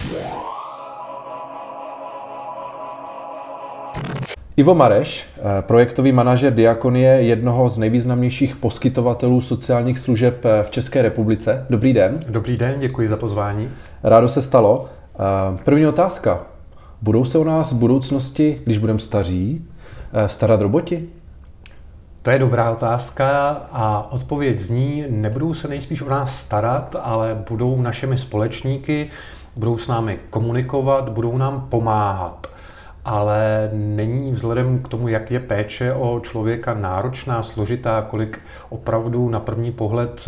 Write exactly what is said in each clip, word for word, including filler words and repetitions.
Ivo Mareš, projektový manažer Diakonie, jednoho z nejvýznamnějších poskytovatelů sociálních služeb v České republice. Dobrý den. Dobrý den, děkuji za pozvání. Rádo se stalo. První otázka. Budou se o nás v budoucnosti, když budeme staří, starat roboti? To je dobrá otázka a odpověď zní, nebudou se nejspíš o nás starat, ale budou našimi společníky, budou s námi komunikovat, budou nám pomáhat. Ale není vzhledem k tomu, jak je péče o člověka náročná, složitá, kolik opravdu na první pohled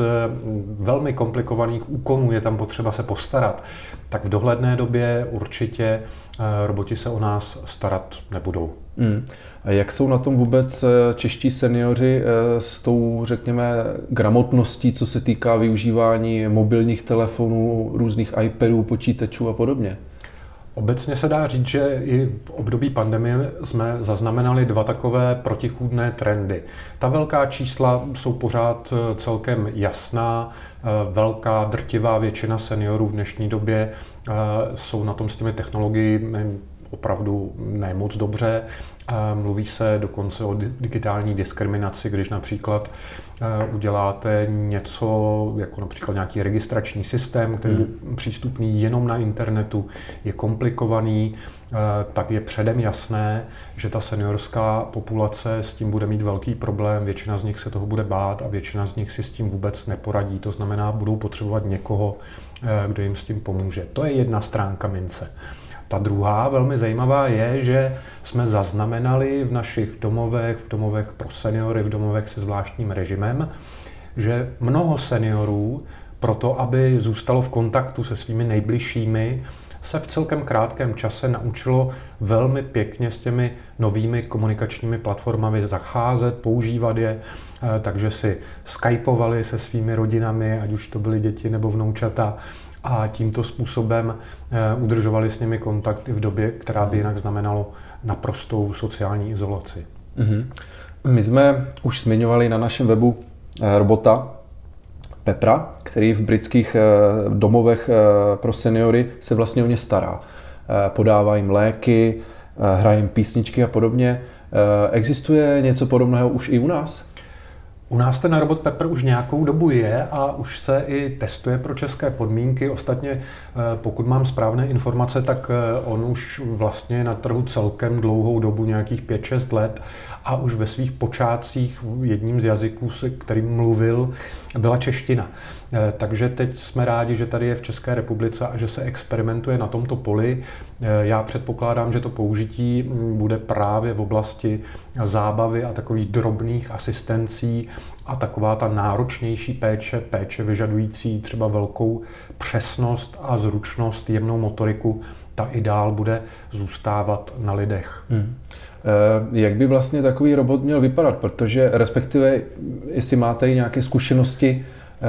velmi komplikovaných úkonů je tam potřeba se postarat, tak v dohledné době určitě roboti se o nás starat nebudou. Hmm. A jak jsou na tom vůbec čeští seniori s tou, řekněme, gramotností, co se týká využívání mobilních telefonů, různých iPadů, počítačů a podobně? Obecně se dá říct, že i v období pandemie jsme zaznamenali dva takové protichůdné trendy. Ta velká čísla jsou pořád celkem jasná, velká drtivá většina seniorů v dnešní době jsou na tom s těmi technologiemi opravdu ne moc dobře. Mluví se dokonce o digitální diskriminaci, když například uděláte něco, jako například nějaký registrační systém, který je přístupný jenom na internetu, je komplikovaný, tak je předem jasné, že ta seniorská populace s tím bude mít velký problém, většina z nich se toho bude bát a většina z nich si s tím vůbec neporadí. To znamená, budou potřebovat někoho, kdo jim s tím pomůže. To je jedna stránka mince. Ta druhá, velmi zajímavá, je, že jsme zaznamenali v našich domovech, v domovech pro seniory, v domovech se zvláštním režimem, že mnoho seniorů proto, aby zůstalo v kontaktu se svými nejbližšími, se v celkem krátkém čase naučilo velmi pěkně s těmi novými komunikačními platformami zacházet, používat je, takže si skypovali se svými rodinami, ať už to byly děti nebo vnoučata, a tímto způsobem udržovali s nimi kontakty v době, která by jinak znamenalo naprostou sociální izolaci. Mm-hmm. My jsme už zmiňovali na našem webu robota Pepra, který v britských domovech pro seniory se vlastně o ně stará. Podává jim léky, hraje jim písničky a podobně. Existuje něco podobného už i u nás? U nás ten robot Pepper už nějakou dobu je a už se i testuje pro české podmínky. Ostatně, pokud mám správné informace, tak on už vlastně na trhu celkem dlouhou dobu, nějakých pět šest let, a už ve svých počátcích jedním z jazyků, se kterým mluvil, byla čeština. Takže teď jsme rádi, že tady je v České republice a že se experimentuje na tomto poli. Já předpokládám, že to použití bude právě v oblasti zábavy a takových drobných asistencí a taková ta náročnější péče, péče vyžadující třeba velkou přesnost a zručnost, jemnou motoriku, ta i dál bude zůstávat na lidech. Hmm. Jak by vlastně takový robot měl vypadat? Protože respektive, jestli máte i nějaké zkušenosti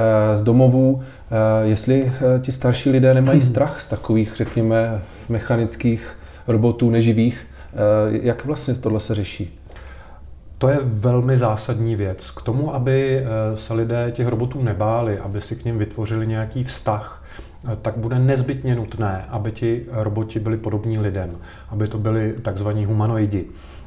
z domovů, jestli ti starší lidé nemají strach z takových, řekněme, mechanických robotů, neživých, jak vlastně tohle se řeší? To je velmi zásadní věc. K tomu, aby se lidé těch robotů nebáli, aby si k nim vytvořili nějaký vztah, tak bude nezbytně nutné, aby ti roboti byli podobní lidem, aby to byli takzvaní humanoidi.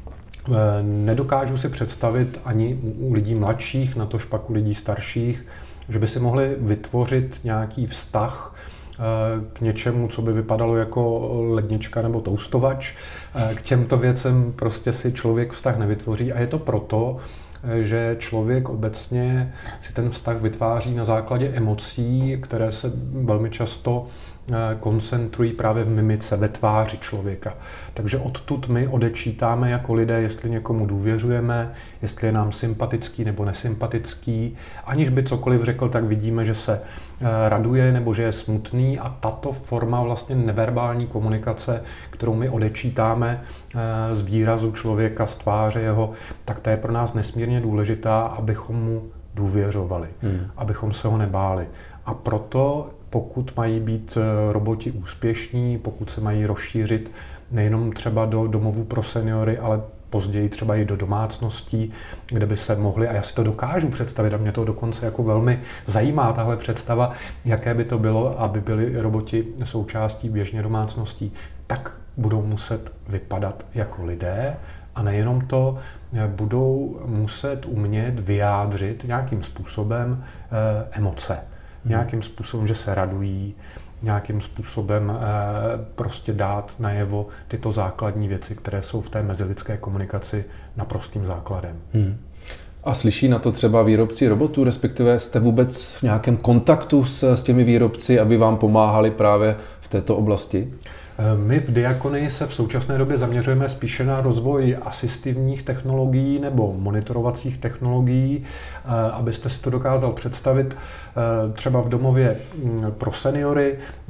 Nedokážu si představit ani u lidí mladších, natož pak u lidí starších, že by si mohli vytvořit nějaký vztah k něčemu, co by vypadalo jako lednička nebo toustovač. K těmto věcem prostě si člověk vztah nevytvoří a je to proto, že člověk obecně si ten vztah vytváří na základě emocí, které se velmi často koncentrují právě v mimice, ve tváři člověka. Takže odtud my odečítáme jako lidé, jestli někomu důvěřujeme, jestli je nám sympatický nebo nesympatický. Aniž by cokoliv řekl, tak vidíme, že se raduje nebo že je smutný a tato forma vlastně neverbální komunikace, kterou my odečítáme z výrazu člověka, z tváře jeho, tak ta je pro nás nesmírně důležitá, abychom mu důvěřovali, hmm. abychom se ho nebáli. A proto, pokud mají být roboti úspěšní, pokud se mají rozšířit nejenom třeba do domovů pro seniory, ale později třeba i do domácností, kde by se mohli, a já si to dokážu představit, a mě to dokonce jako velmi zajímá tahle představa, jaké by to bylo, aby byli roboti součástí běžně domácností, tak budou muset vypadat jako lidé a nejenom to, budou muset umět vyjádřit nějakým způsobem eh, emoce. Hmm. Nějakým způsobem, že se radují, nějakým způsobem eh, prostě dát najevo tyto základní věci, které jsou v té mezilidské komunikaci naprostým základem. Hmm. A slyší na to třeba výrobci robotů, respektive jste vůbec v nějakém kontaktu s, s těmi výrobci, aby vám pomáhali právě v této oblasti? My v Diakonii se v současné době zaměřujeme spíše na rozvoj asistivních technologií nebo monitorovacích technologií, abyste si to dokázal představit. Třeba v domově pro seniory.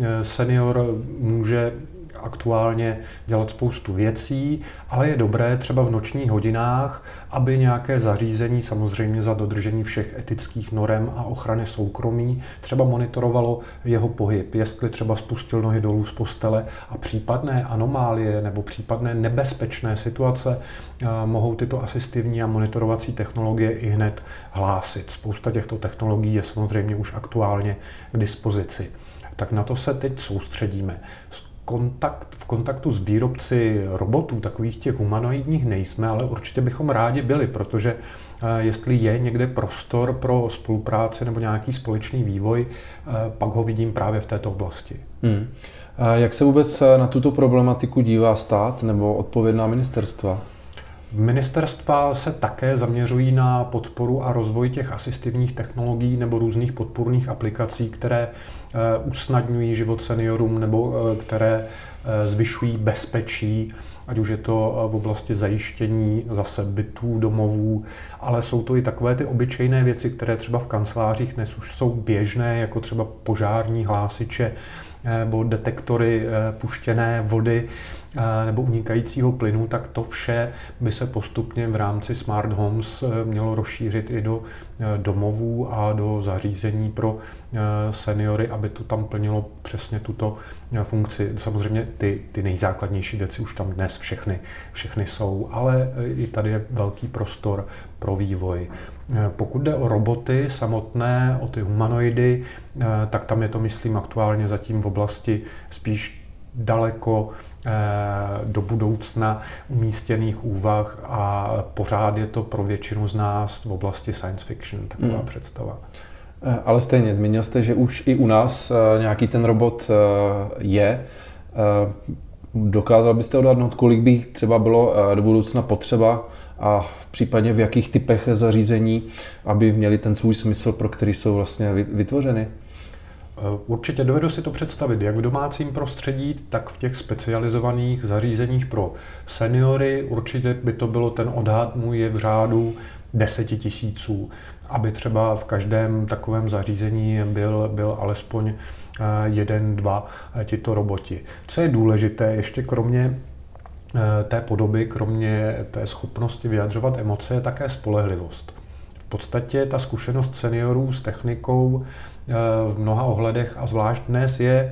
Senior může aktuálně dělat spoustu věcí, ale je dobré třeba v nočních hodinách, aby nějaké zařízení, samozřejmě za dodržení všech etických norem a ochrany soukromí, třeba monitorovalo jeho pohyb, jestli třeba spustil nohy dolů z postele a případné anomálie nebo případné nebezpečné situace mohou tyto asistivní a monitorovací technologie i hned hlásit. Spousta těchto technologií je samozřejmě už aktuálně k dispozici. Tak na to se teď soustředíme. Kontakt, v kontaktu s výrobci robotů, takových těch humanoidních nejsme, ale určitě bychom rádi byli, protože jestli je někde prostor pro spolupráci nebo nějaký společný vývoj, pak ho vidím právě v této oblasti. Hmm. A jak se vůbec na tuto problematiku dívá stát nebo odpovědná ministerstva? Ministerstva se také zaměřují na podporu a rozvoj těch asistivních technologií nebo různých podpůrných aplikací, které usnadňují život seniorům nebo které zvyšují bezpečí, ať už je to v oblasti zajištění zase bytů, domovů, ale jsou to i takové ty obyčejné věci, které třeba v kancelářích dnes už jsou běžné, jako třeba požární hlásiče nebo detektory puštěné vody nebo unikajícího plynu, tak to vše by se postupně v rámci Smart Homes mělo rozšířit i do domovů a do zařízení pro seniory, aby to tam plnilo přesně tuto funkci. Samozřejmě ty, ty nejzákladnější věci už tam dnes všechny, všechny jsou, ale i tady je velký prostor pro vývoj. Pokud jde o roboty samotné, o ty humanoidy, tak tam je to, myslím, aktuálně zatím v oblasti spíš daleko do budoucna umístěných úvah a pořád je to pro většinu z nás v oblasti science fiction taková hmm. představa. Ale stejně, zmínil jste, že už i u nás nějaký ten robot je. Dokázal byste odhadnout, kolik by třeba bylo do budoucna potřeba a případně v jakých typech zařízení, aby měli ten svůj smysl, pro který jsou vlastně vytvořeny? Určitě dovedu si to představit, jak v domácím prostředí, tak v těch specializovaných zařízeních pro seniory. Určitě by to bylo, ten odhad můj je v řádu deseti tisíců, aby třeba v každém takovém zařízení byl, byl alespoň jeden, dva tito roboti. Co je důležité, ještě kromě té podoby, kromě té schopnosti vyjadřovat emoce, je také spolehlivost. V podstatě ta zkušenost seniorů s technikou v mnoha ohledech a zvlášť dnes je,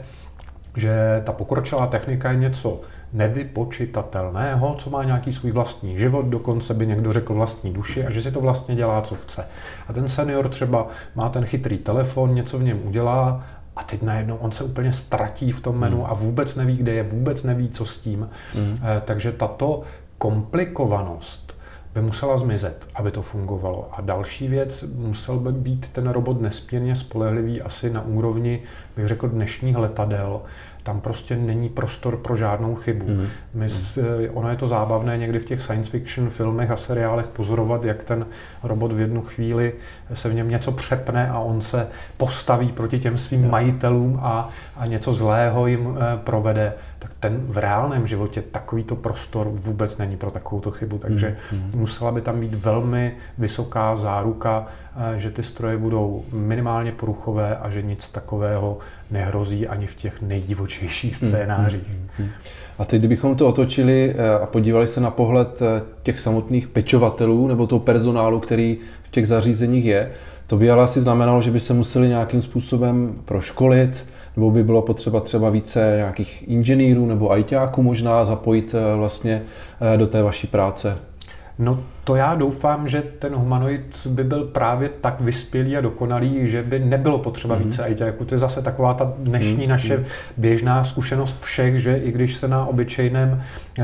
že ta pokročilá technika je něco nevypočitatelného, co má nějaký svůj vlastní život, dokonce by někdo řekl vlastní duši a že si to vlastně dělá, co chce. A ten senior třeba má ten chytrý telefon, něco v něm udělá a teď najednou on se úplně ztratí v tom menu a vůbec neví, kde je, vůbec neví, co s tím. Mm. Takže tato komplikovanost by musela zmizet, aby to fungovalo. A další věc, musel by být ten robot nesmírně spolehlivý asi na úrovni, bych řekl, dnešních letadel. Tam prostě není prostor pro žádnou chybu. Mm. My, ono je to zábavné někdy v těch science fiction filmech a seriálech pozorovat, jak ten robot v jednu chvíli se v něm něco přepne a on se postaví proti těm svým majitelům a, a něco zlého jim e, provede. Tak ten v reálném životě takovýto prostor vůbec není pro takovouto chybu. Takže mm. musela by tam být velmi vysoká záruka, e, že ty stroje budou minimálně poruchové a že nic takového nehrozí ani v těch nejdivočejších scénářích. Mm, mm, mm. A teď, kdybychom to otočili a podívali se na pohled těch samotných pečovatelů nebo toho personálu, který v těch zařízeních je, to by ale asi znamenalo, že by se museli nějakým způsobem proškolit, nebo by bylo potřeba třeba více nějakých inženýrů nebo ajťáků možná zapojit vlastně do té vaší práce. No to já doufám, že ten humanoid by byl právě tak vyspělý a dokonalý, že by nebylo potřeba mm-hmm. více í té. Jako to je zase taková ta dnešní mm-hmm. naše běžná zkušenost všech, že i když se na obyčejném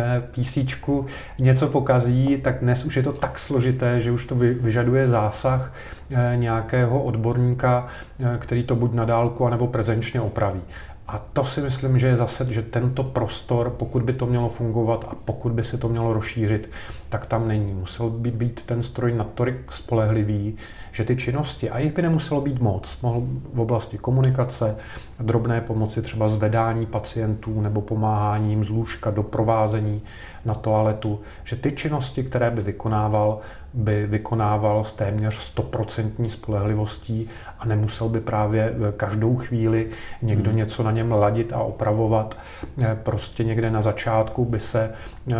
PCčku něco pokazí, tak dnes už je to tak složité, že už to vyžaduje zásah nějakého odborníka, který to buď na dálku, anebo prezenčně opraví. A to si myslím, že je zase, že tento prostor, pokud by to mělo fungovat a pokud by se to mělo rozšířit, tak tam není. Musel by být ten stroj natolik spolehlivý, že ty činnosti, a jich by nemuselo být moc, mohl v oblasti komunikace, drobné pomoci, třeba zvedání pacientů nebo pomáhání jim z lůžka, doprovázení na toaletu, že ty činnosti, které by vykonával, by vykonával s téměř stoprocentní spolehlivostí a nemusel by právě každou chvíli někdo něco na něm ladit a opravovat. Prostě někde na začátku by se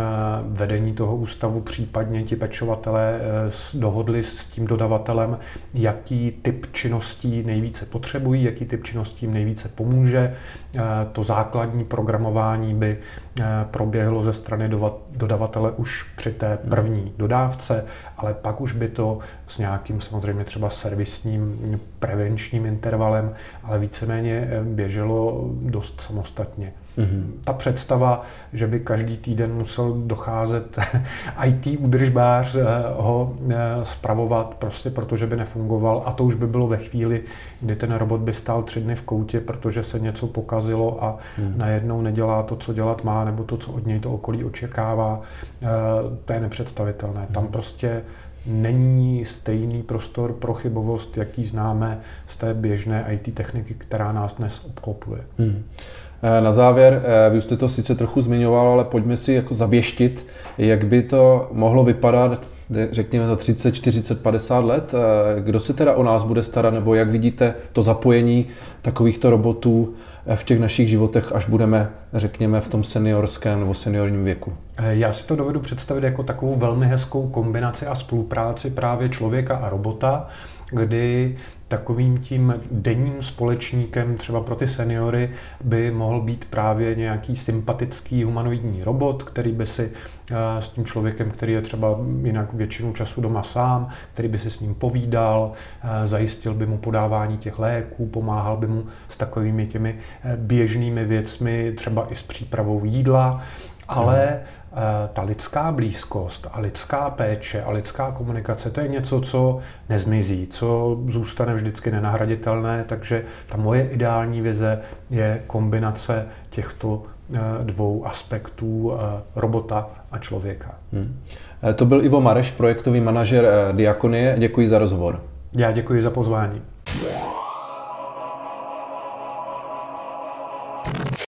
vedení toho ústavu, případně ti pečovatelé dohodli s tím dodavatelem, jaký typ činností nejvíce potřebují, jaký typ činností jim nejvíce pomůže. To základní programování by proběhlo ze strany dodavatele už při té první dodávce, ale pak už by to s nějakým samozřejmě třeba servisním prevenčním intervalem, ale víceméně běželo dost samostatně. Mm-hmm. Ta představa, že by každý týden musel docházet í té údržbář ho spravovat, prostě protože by nefungoval, a to už by bylo ve chvíli, kdy ten robot by stál tři dny v koutě, protože se něco pokazilo a mm. najednou nedělá to, co dělat má, nebo to, co od něj to okolí očekává, to je nepředstavitelné. Mm. Tam prostě není stejný prostor pro chybovost, jaký známe z té běžné í té techniky, která nás dnes obklopuje. Hmm. Na závěr, vy už jste to sice trochu zmiňoval, ale pojďme si jako zavěštit, jak by to mohlo vypadat, řekněme, za třicet, čtyřicet, padesát let. Kdo se teda o nás bude starat, nebo jak vidíte to zapojení takovýchto robotů v těch našich životech, až budeme, řekněme, v tom seniorském nebo seniorním věku? Já si to dovedu představit jako takovou velmi hezkou kombinaci a spolupráci právě člověka a robota, kdy takovým tím denním společníkem třeba pro ty seniory by mohl být právě nějaký sympatický humanoidní robot, který by si s tím člověkem, který je třeba jinak většinu času doma sám, který by si s ním povídal, zajistil by mu podávání těch léků, pomáhal by mu s takovými těmi běžnými věcmi, třeba i s přípravou jídla, ale hmm. ta lidská blízkost a lidská péče a lidská komunikace, to je něco, co nezmizí, co zůstane vždycky nenahraditelné, takže ta moje ideální vize je kombinace těchto dvou aspektů robota a člověka. Hmm. To byl Ivo Mareš, projektový manažer Diakonie. Děkuji za rozhovor. Já děkuji za pozvání.